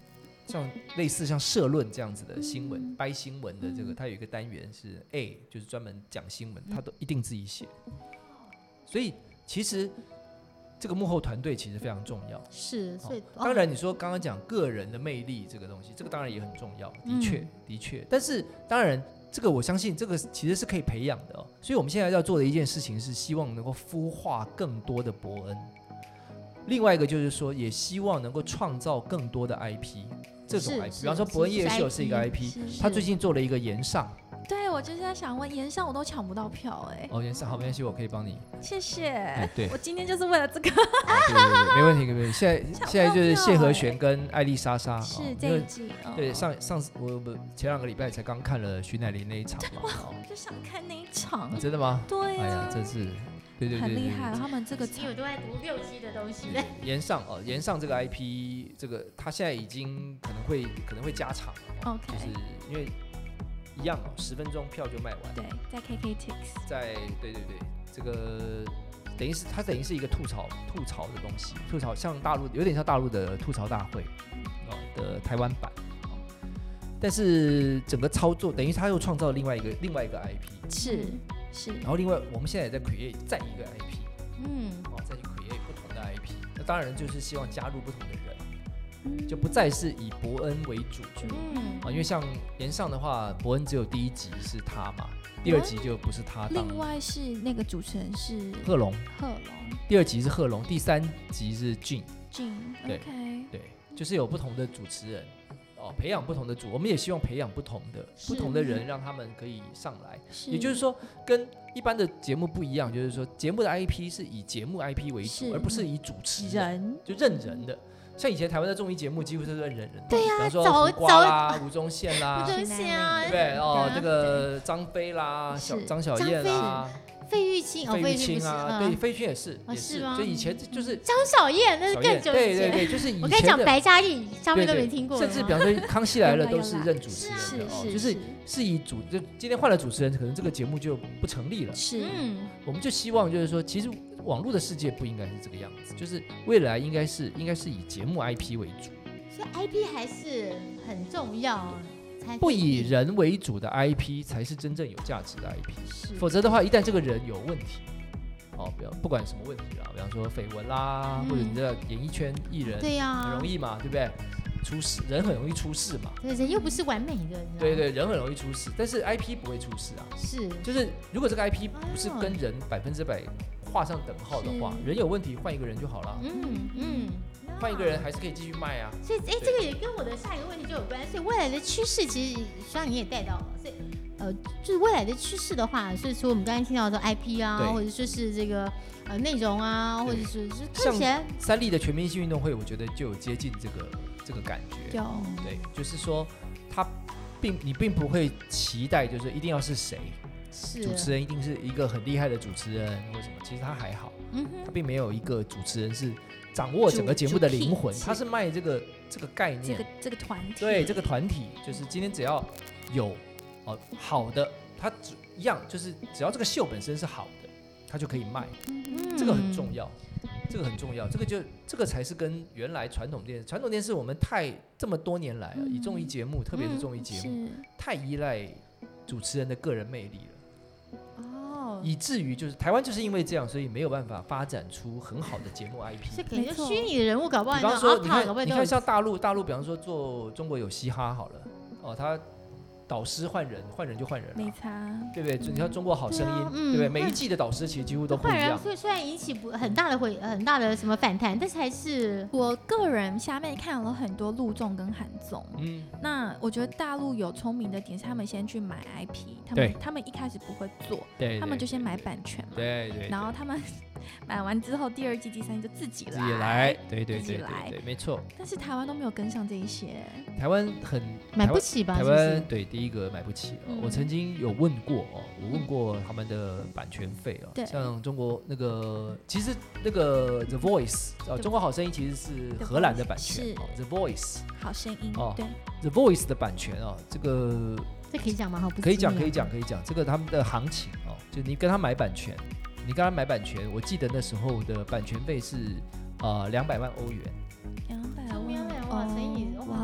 像类似像社论这样子的新闻、嗯、掰新闻的这个，它有一个单元是 A， 就是专门讲新闻，它都一定自己写。所以其实这个幕后团队其实非常重要。 是，所以、 哦、当然你说刚刚讲个人的魅力这个东西，这个当然也很重要，的确、嗯、的确。但是当然这个我相信这个其实是可以培养的、哦。所以我们现在要做的一件事情是希望能够孵化更多的伯恩。另外一个就是说，也希望能够创造更多的 I P。这种 I P， 比方说伯恩夜秀是一个 I P， 他最近做了一个炎上。 对，我就是在想问，炎上我都抢不到票哎、欸。 哦，炎上好，没关系，我可以帮你。 谢谢。 哎、对， 我今天就是为了这个。 啊、对对对，没问题，没问题。现在现在就是谢和弦跟艾丽莎莎。 是、哦、这一季。 对，上上次我前两个礼拜才刚看了徐乃麟那一场嘛。 哇，我就想看那一场。 啊、真的吗？ 对、啊。 哎呀，真是。对对对对很厉害，他们这个因为我都在读六期的东西。 炎上哦，炎上这个 I P， 这个他现在已经可能会可能会加场、哦 ，OK， 就是因为一样哦，十分钟票就卖完。 对，在 K K Tix， 在对对对，这个等于是它等于是一个吐槽吐槽的东西，吐槽像大陆有点像大陆的吐槽大会哦的台湾版。但是整个操作等于他又创造另外一个另外一个 I P， 是是。 然后另外我们现在也在 create 再一个 I P， 嗯， 哦，再去 create 不同的 I P， 那当然就是希望加入不同的人，嗯、就不再是以伯恩为主，嗯，啊，因为像炎上的话，伯恩只有第一集是他嘛，第二集就不是他当。 另外是那个主持人是贺龙， 贺龙， 第二集是贺龙，第三集是 Jin， Jin， 对 ，OK， 对，就是有不同的主持人。哦、培养不同的组，我们也希望培养不同的不同的人，让他们可以上来。也就是说，跟一般的节目不一样，就是说节目的 I P 是以节目 I P 为主，而不是以主持人，就认人的。像以前台湾的综艺节目几乎都是认人人， 对呀、啊， 比方说胡瓜啦、吴宗宪啦、 吴宗宪啊， 对不对？哦，这个张飞啦、小张小燕啦。 费玉清， 费玉清啊，对，费玉清也是， 也是吗？ 所以以前就是张小燕，那是更久以前。 对对对，就是以前。 我跟你讲，白嘉莉上面都没听过。 甚至比方说《康熙来了》都是认主持人的哦，就是是以主，就今天换了主持人，可能这个节目就不成立了。 是， 嗯， 我们就希望就是说，其实网络的世界不应该是这个样子，就是未来应该是应该是以节目 I P 为主。 所以 I P 还是很重要。 不以人为主的 I P 才是真正有价值的 I P， 否则的话，一旦这个人有问题，哦，不要不管什么问题啦，比方说绯闻啦，嗯、或者你的演艺圈艺人， 对呀、啊， 很容易嘛，对不对？出事，人很容易出事嘛。 对，人又不是完美的。 对对，人很容易出事，但是 I P 不会出事啊。 是， 就是如果这个 I P 不是跟人百分之百画上等号的话，人有问题换一个人就好了。 嗯嗯。 换一个人还是可以继续卖啊， 所以哎，这个也跟我的下一个问题就有关。所以未来的趋势，其实像你也带到了，所以呃，就是未来的趋势的话，所以说我们刚才听到的 I P 啊，或者说是这个呃内容啊，或者是就是看起来三立的全明星运动会，我觉得就有接近这个这个感觉。 有， 对，就是说他并你并不会期待，就是一定要是谁。主持人一定是一个很厉害的主持人或什么，其实他还好，嗯、他并没有一个主持人是掌握整个节目的灵魂，他是卖这个这个概念， 这个这个团体， 对这个团体，就是今天只要有哦好的，他只一样就是只要这个秀本身是好的，他就可以卖，嗯、这个很重要，这个很重要，这个就这个才是跟原来传统电视，传统电视我们太这么多年来了，嗯、以综艺节目，特别是综艺节目，嗯、太依赖主持人的个人魅力了。以至于就是台湾就是因为这样，所以没有办法发展出很好的节目 I P。 是可能虚拟的人物搞不好， 比方说你看，你看像大陆，大陆比方说做中国有嘻哈好了，哦，他导师换人，换人就换人了， 没差， 对不对？你看中国好声音，对, 啊嗯、对不对？每一季的导师其实几乎都不一样。 所以虽然引起很大的回很大的什么反弹，但是还是我个人下面看了很多陆综跟韩综。嗯，那我觉得大陆有聪明的点是他们先去买 I P， 他们他们一开始不会做， 对， 他们就先买版权嘛， 对 对, 对， 然后他们买完之后，第二季、第三季就自己来， 自己来，对对对自己来， 对，没错。 但是台湾都没有跟上这一些， 台湾很买不起吧？ 台湾对第一个买不起。嗯、我曾经有问过哦，我问过他们的版权费哦，像中国那个，其实那个 The Voice 哦，中国好声音其实是荷兰的版权哦 ，The Voice 好声音哦，对 ，The Voice 的版权哦，这个这可以讲吗？好， 可以讲，可以讲，可以讲，这个他们的行情哦，就你跟他买版权，你跟他买版权，我记得那时候的版权费是呃两百万欧元， 两百万哇，所以哇，那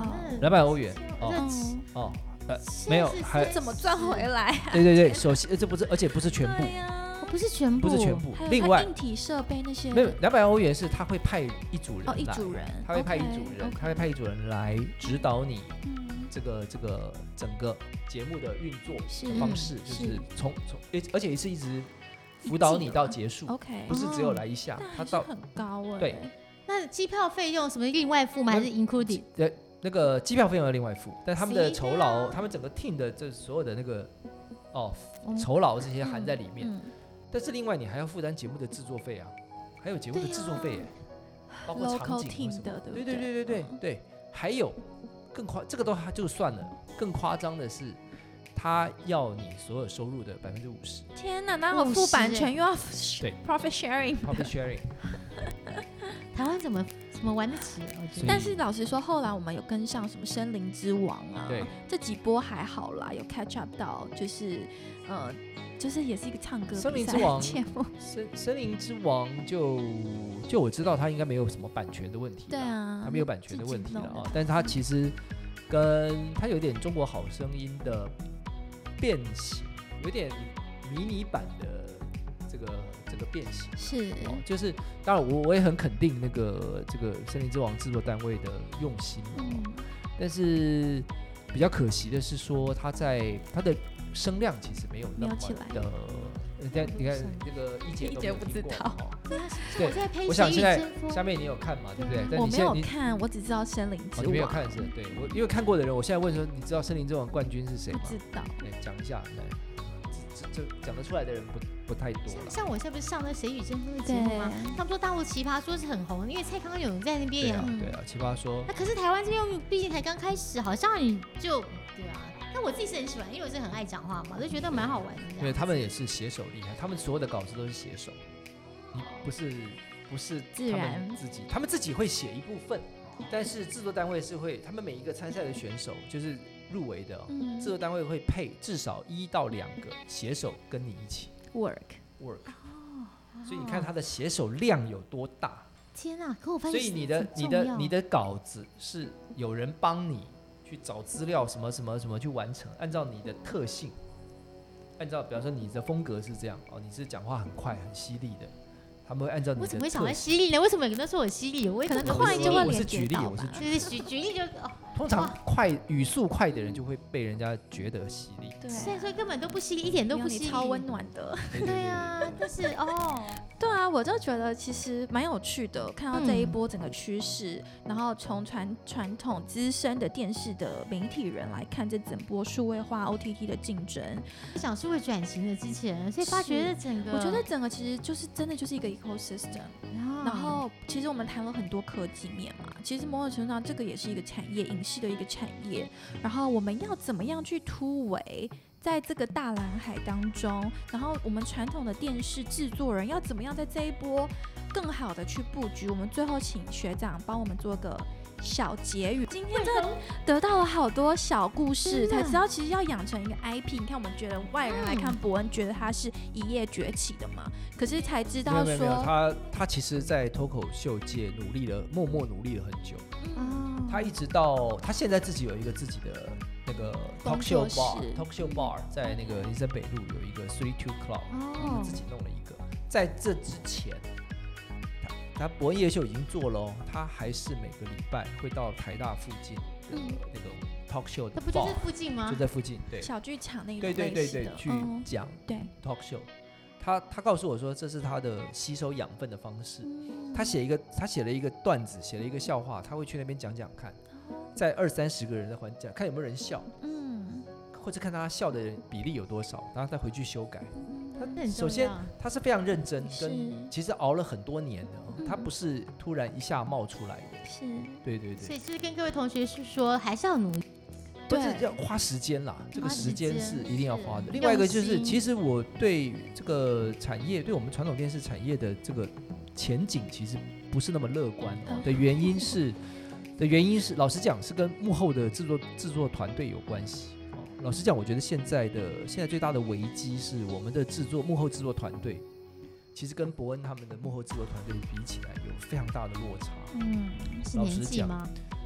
两百欧元哦哦，呃，没有，还怎么赚回来、啊？ 对对对，首先这不是，而且不是全部， 哦、不是全部， 不是全部。另外， 硬体设备那些没有两百欧元是他会派一组人来， 哦，一组人， 他会派一组人， okay, 他会派一组人来指导你。 嗯这个这个整个节目的运作方式， 是就是从从，而且是一直辅导你到结束 ，OK， 不是只有来一下， 他到很高哎。 对， 那机票费用什么另外付吗？还是 included？ 对，那个机票费用要另外付，但他们的酬劳，他们整个 team 的这所有的那个哦酬劳这些含在里面。但是另外你还要负担节目的制作费啊，还有节目的制作费，包括场景什么的，对对对对对对，还有。更夸，这个都就算了，更夸张的是，他要你所有收入的百分之五十。 天哪，那我付版权又要对 profit sharing，profit sharing。 台湾怎么怎么玩得起？ 但是老实说，后来我们有跟上什么《森林之王》啊， 对， 这几波还好啦，有 catch up 到，就是呃，就是也是一个唱歌比赛节目。 森森林之王就就我知道他应该没有什么版权的问题， 对啊， 他没有版权的问题了啊，但是他其实跟他有点中国好声音的变形，有点迷你版的这个这个变形是、 哦，就是当然我我也很肯定那个这个森林之王制作单位的用心、哦嗯、但是比较可惜的是说他在他的声量其实没有那么的。你看，你看那个一姐都没有听过， 哦、 对，我想现在下面你有看嘛，对不对？但我没有看，我只知道《森林之王》。 你没有看是？对，我因为看过的人，我现在问说，你知道《森林之王》冠军是谁吗？ 不知道。 对，讲一下，这这讲得出来的人不不太多了。 像我现在不是上那《谁与争锋》的节目吗？他们说大陆奇葩说是很红，因为蔡康永在那边也很对啊，奇葩说。 那可是台湾这边毕竟才刚开始，好像你就对啊。但我自己是很喜欢，因为我是很爱讲话嘛，就觉得蛮好玩的。 因为他们也是写手厉害，他们所有的稿子都是写手，你不是不是他们自己，他们自己会写一部分，但是制作单位是会，他们每一个参赛的选手就是入围的、哦，嗯、制作单位会配至少一到两个写手跟你一起 work work，、哦、所以你看他的写手量有多大。 天啊！可我发现， 所以你的你的你的稿子是有人帮你。去找资料什么什么什么去完成，按照你的特性，按照比方说你的风格是这样哦，你是讲话很快很犀利的，他们会按照你的特性。 我怎么会想到犀利呢？为什么每个人都说我犀利？我可能快就会连接到吧。 我是举例，我是举举例就哦。 通常快语速快的人就会被人家觉得犀利， 对，所以说根本都不犀利，一点都不犀利， 超温暖的。 对啊，但是哦， 对啊，我就觉得其实蛮有趣的，看到这一波整个趋势，嗯、然后从传传统资深的电视的媒体人来看这整波数位化 O T T 的竞争， 想数位转型的机器人，所以发觉整个， 我觉得整个其实就是真的就是一个 ecosystem。然后其实我们谈了很多科技面嘛，其实某种程度上这个也是一个产业，影视的一个产业。然后我们要怎么样去突围在这个大蓝海当中？然后我们传统的电视制作人要怎么样在这一波更好的去布局？我们最后请学长帮我们做个小结语。今天真的得到了好多小故事，才知道其实要养成一个 I P。你看我们觉得外人来看伯恩觉得他是一夜崛起的嘛，可是才知道说没有没有他他其实在脱口秀界努力了，默默努力了很久。嗯，他一直到他现在自己有一个自己的那个 talk show bar，talk show bar 在那个林森北路有一个 Three Two Club， 他自己弄了一个。在这之前。他伯恩夜秀已经做了哦，他还是每个礼拜会到台大附近的那种 talk show 的 bar， 那不就在附近吗？ 就在附近，对， 小剧场那种对对对对，去讲对 talk show。他他告诉我说，这是他的吸收养分的方式。他写一个，他写了一个段子，写了一个笑话，他会去那边讲讲看，在二三十个人的环境，看有没有人笑，嗯，或者看他笑的人比例有多少，然后再回去修改。他首先他是非常认真，跟其实熬了很多年的。他不是突然一下冒出来的， 是， 对对对， 所以就是跟各位同学是说，还是要努力， 不是要花时间啦，这个时间是一定要花的。另外一个就是，其实我对这个产业，对我们传统电视产业的这个前景，其实不是那么乐观哦。的原因是，的原因是，老实讲，是跟幕后的制作制作团队有关系。哦，老实讲，我觉得现在的现在最大的危机是我们的制作幕后制作团队。其实跟伯恩他们的幕后制作团队比起来，有非常大的落差。 嗯，是年纪吗？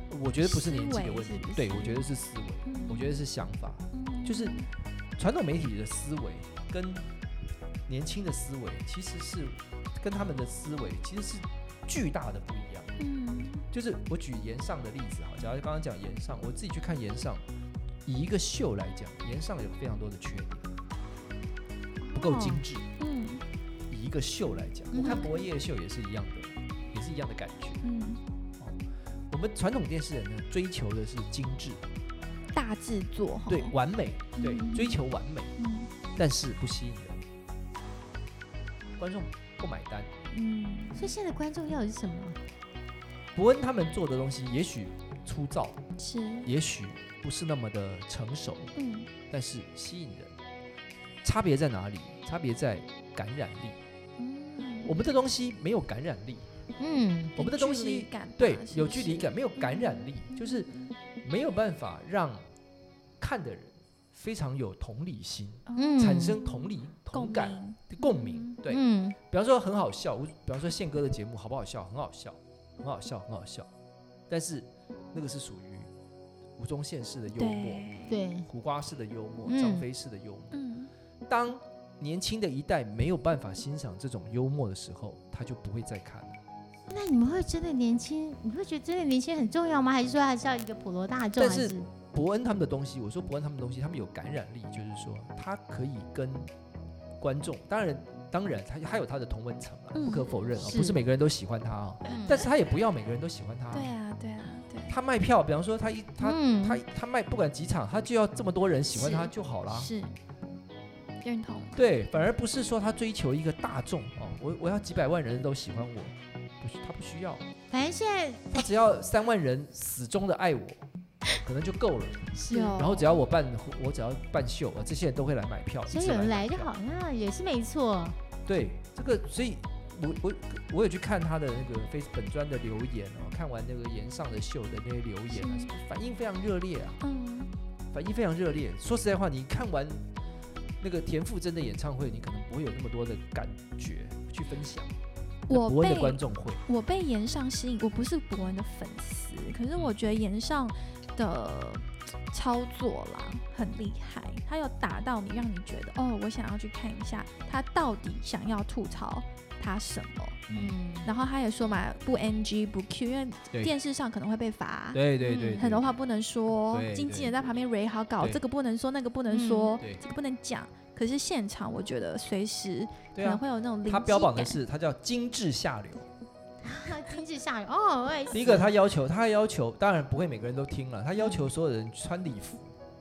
我觉得不是年纪的问题， 是是对，我觉得是思维，嗯、我觉得是想法， 嗯、 就是传统媒体的思维跟年轻的思维其实是跟他们的思维其实是巨大的不一样。嗯，就是我举岩上的例子哈，假如刚刚讲岩上，我自己去看岩上，以一个秀来讲，岩上有非常多的缺点，不够精致。哦、嗯，以一个秀来讲，我看博业秀也是一样的，也是一样的感觉。嗯。我们传统电视人呢，追求的是精致、 大制作， 对，完美，对，嗯、追求完美，嗯、但是不吸引人，观众不买单。 嗯，所以现在的观众要的是什么？ 伯恩他们做的东西也许粗糙， 是， 也许不是那么的成熟，嗯，但是吸引人。差别在哪里？差别在感染力。嗯，我们的东西没有感染力。嗯，我们的东西对有距离感，没有感染力，嗯、就是没有办法让看的人非常有同理心，嗯、产生同理、同感、共鸣。对，嗯、比方说很好笑，比方说宪哥的节目好不好笑？很好笑，很好笑，很好笑。但是那个是属于吴宗宪式的幽默， 对， 苦瓜式的幽默，张飞式的幽默。嗯、当年轻的一代没有办法欣赏这种幽默的时候，他就不会再看了。 那你们会真的年轻？你会觉得真的年轻很重要吗？还是说还是要一个普罗大众？ 但是伯恩他们的东西，我说伯恩他们的东西，他们有感染力，就是说他可以跟观众，当然当然他他有他的同温层啊，嗯、不可否认啊，不是每个人都喜欢他啊，嗯、但是他也不要每个人都喜欢他。 对啊，对啊，对。 他卖票，比方说他一他、嗯、他他卖不管几场，他就要这么多人喜欢他就好啦。 是。认同。 对，反而不是说他追求一个大众哦，我我要几百万人都喜欢我。他不需要， 反正现在他只要三万人死忠的爱我，可能就够了。 是哦。 然后只要我办，我只要办秀，这些人都会来买票。 所以有人来就好，那也是没错。 对，这个，所以我我我有去看他的那个 Facebook 本专的留言哦，看完那个岩上的秀的那些留言啊，反应非常热烈啊。嗯。反应非常热烈。说实在话，你看完那个田馥甄的演唱会，你可能不会有那么多的感觉去分享。 我被的观众会， 我被岩上吸引，我不是伯恩的粉丝，可是我觉得岩上的操作啦很厉害，他有打到你，让你觉得哦，我想要去看一下他到底想要吐槽他什么。嗯，然后他也说嘛，不 N G 不 Q， 因为电视上可能会被罚， 对对 对, 对、嗯， 很多话不能说，经纪人在旁边 re 好搞，这个不能说，那个不能说， 嗯、 这个不能讲。可是现场我觉得随时可能会有那种灵机感。 他标榜的是他叫精致下流， 精致下流哦。 第一个他要求，他要求当然不会每个人都听了，他要求所有人穿礼服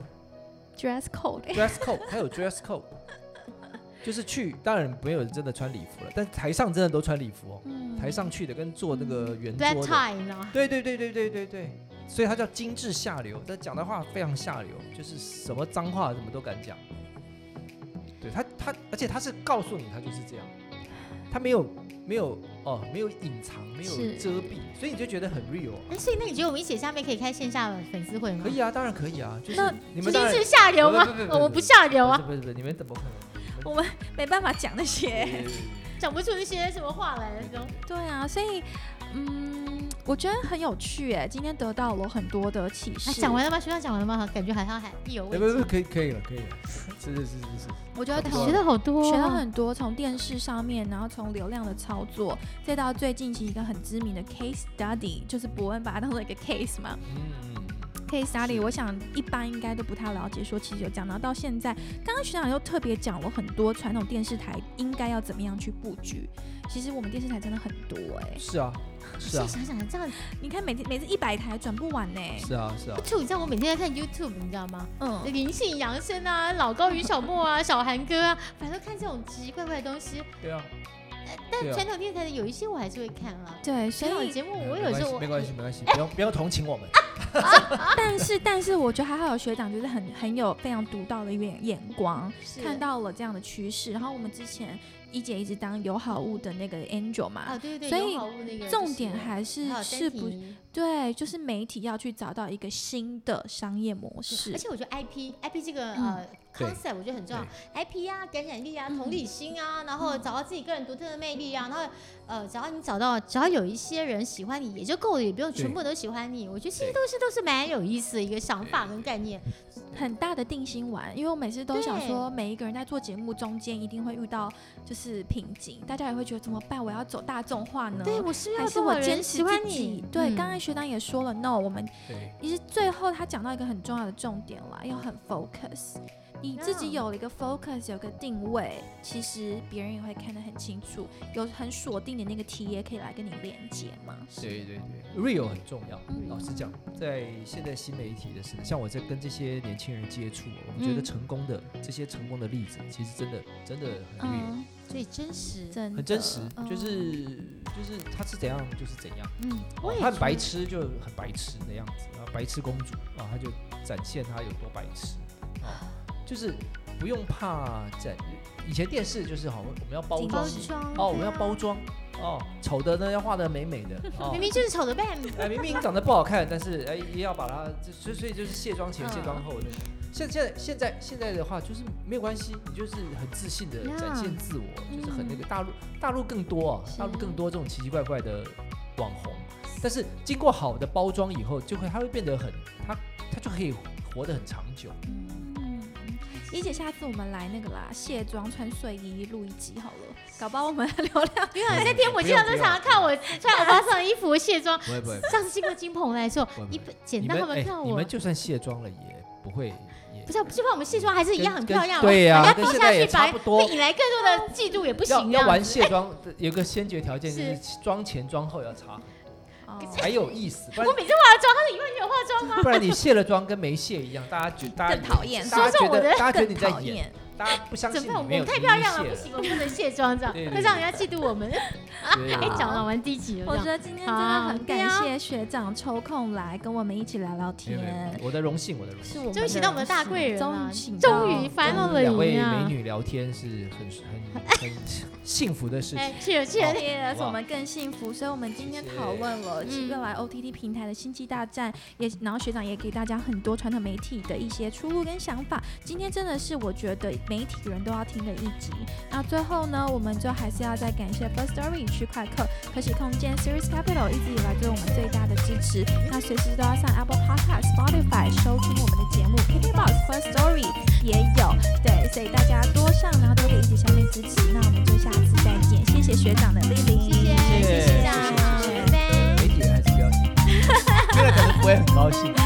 ，dress code，dress code， 还有 dress code， 就是去当然没有人真的穿礼服了，但台上真的都穿礼服哦。嗯、台上去的跟坐那个圆桌的， tie, 对对对对对对对，所以他叫精致下流，他讲的话非常下流，就是什么脏话什么都敢讲。对他，他而且他是告诉你，他就是这样，他没有没有哦，没有隐藏，没有遮蔽，所以你就觉得很 real。 哎，所以那你觉得我们一起下面可以开线下的粉丝会吗？ 可以啊，当然可以啊，就是你们精致下流吗？我们不下流啊， 不是不是，你们怎么可能？ 我们没办法讲那些， 讲不出那些什么话来那种。 对啊，所以嗯，我觉得很有趣哎，今天得到了很多的启示。 讲完了吗？学长讲完了吗？感觉好像还意犹未尽。 不不不，可以可以了，可以了。是是是是是。 我觉得学到好多， 学到很多，从电视上面，然后从流量的操作，再到最近期一个很知名的 case study， 就是伯恩把它当做一个 case 嘛。嗯。case study， 我想一般应该都不太了解，说其实有讲到到现在，刚刚学长又特别讲了很多传统电视台应该要怎么样去布局。其实我们电视台真的很多哎、欸。 是啊，是啊。 想想这样， 你看每天每次一百台转不完呢、欸。 是啊，是啊。 就你知道我每天在看 YouTube， 你知道吗？嗯。灵性养生啊，老高与小莫啊，小韩哥啊，反正看这种奇奇怪怪的东西。 对啊。 但传统电视台的有一些我还是会看啊。 对，所以节目我有时候没关系没关系，不用不用同情我们。 但是但是我觉得还好有学长就是很很有非常独到的眼眼光，看到了这样的趋势。然后我们之前一姐一直当友好物的那个 Angel 嘛， 啊对对对， 所以重点还是是不对，就是媒体要去找到一个新的商业模式。 而且我觉得 I P I P 这个、嗯、呃 concept 我觉得很重要 ，I P 啊，感染力啊，同理心啊，然后找到自己个人独特的魅力啊，然后呃，只要你找到，只要有一些人喜欢你也就够了，也不用全部都喜欢你。我觉得这些都是都是蛮有意思的一个想法跟概念。 很大的定心丸，因为我每次都想说，每一个人在做节目中间一定会遇到就是瓶颈，大家也会觉得怎么办？我要走大众化呢？ 对，我是要还是我坚持自己？对， 嗯、 刚才学长也说了 ，no， 我们其实最后他讲到一个很重要的重点啦，要很 focus。你自己有了一个 focus， 有个定位，其实别人也会看得很清楚，有很锁定的那个 T A 可以来跟你连接嘛。 对对对 ，real 很重要。嗯、老实讲，在现在新媒体的时代，像我在跟这些年轻人接触，我觉得成功的、嗯、这些成功的例子，其实真的真的很 real，、嗯、 所以真实， 真很真实， 嗯、 就是就是他是怎样就是怎样。 嗯， 哦、他很白痴就很白痴的样子，然后白痴公主啊，他就展现他有多白痴啊。就是不用怕在以前电视就是好，我们要包装哦，我们要包装哦，丑的呢要画得美美的，哦、 明明就是丑的扮， 哎，明明长得不好看，但是哎也要把它，所以所以就是卸妆前、卸妆后的。现现在现在现在的话就是没有关系，你就是很自信的展现自我， yeah. 就是很那个大陆大陆更多啊，大陆更多这种奇奇怪怪的网红，但是经过好的包装以后，就会它会变得很，它它就可以活得很长久。 一姐，下次我们来那个啦，卸妆穿睡衣录一集好了，搞不好我们的流量。 因为那天我经常都常看我穿欧巴桑的衣服卸妆。 不会不会。 上次经过金鹏来的时候，一简单他们看我。 你们就算卸妆了也不会。 不是，就怕我们卸妆还是一样很漂亮。 对呀、啊， 跟现在也差不多，会引来更多的嫉妒也不行。 要玩卸妆有个先决条件就是妆前妆后要擦。才有意思。 我每次化妆，他是以为你有化妆吗？ 不然你卸了妆跟没卸一样，大家觉大家更讨厌， 大家觉得大家觉得你在演， 大家不相信你没有。 我们太漂亮了，不行，我们不能卸妆这样，会让人家嫉妒我们。哎，讲到玩低级了。 我觉得今天真的很感谢学长抽空来跟我们一起聊聊天。 我的荣幸，我的荣幸。 是我们终于请到我们的大贵人了， 终于 finally 两位美女聊天是很很很幸福的事情。 确确实，我们更幸福。所以我们今天讨论了未来 O T T 平台的星际大战，也然后学长也给大家很多传统媒体的一些出路跟想法。今天真的是我觉得媒体人都要听的一集。那最后呢，我们就还是要再感谢 Firstory 区块客、可喜空间、Series Capital 一直以来对我们最大的支持。那随时都要上 Apple Podcast、Spotify 收听我们的节目 ，K K B O X Firstory 也有。对，所以大家多上，然后都可以一起下面支持。那我们就下次再见，谢谢学长的莅临， 谢谢谢谢学长， 媒体人还是不要听，因为可能不会很高兴。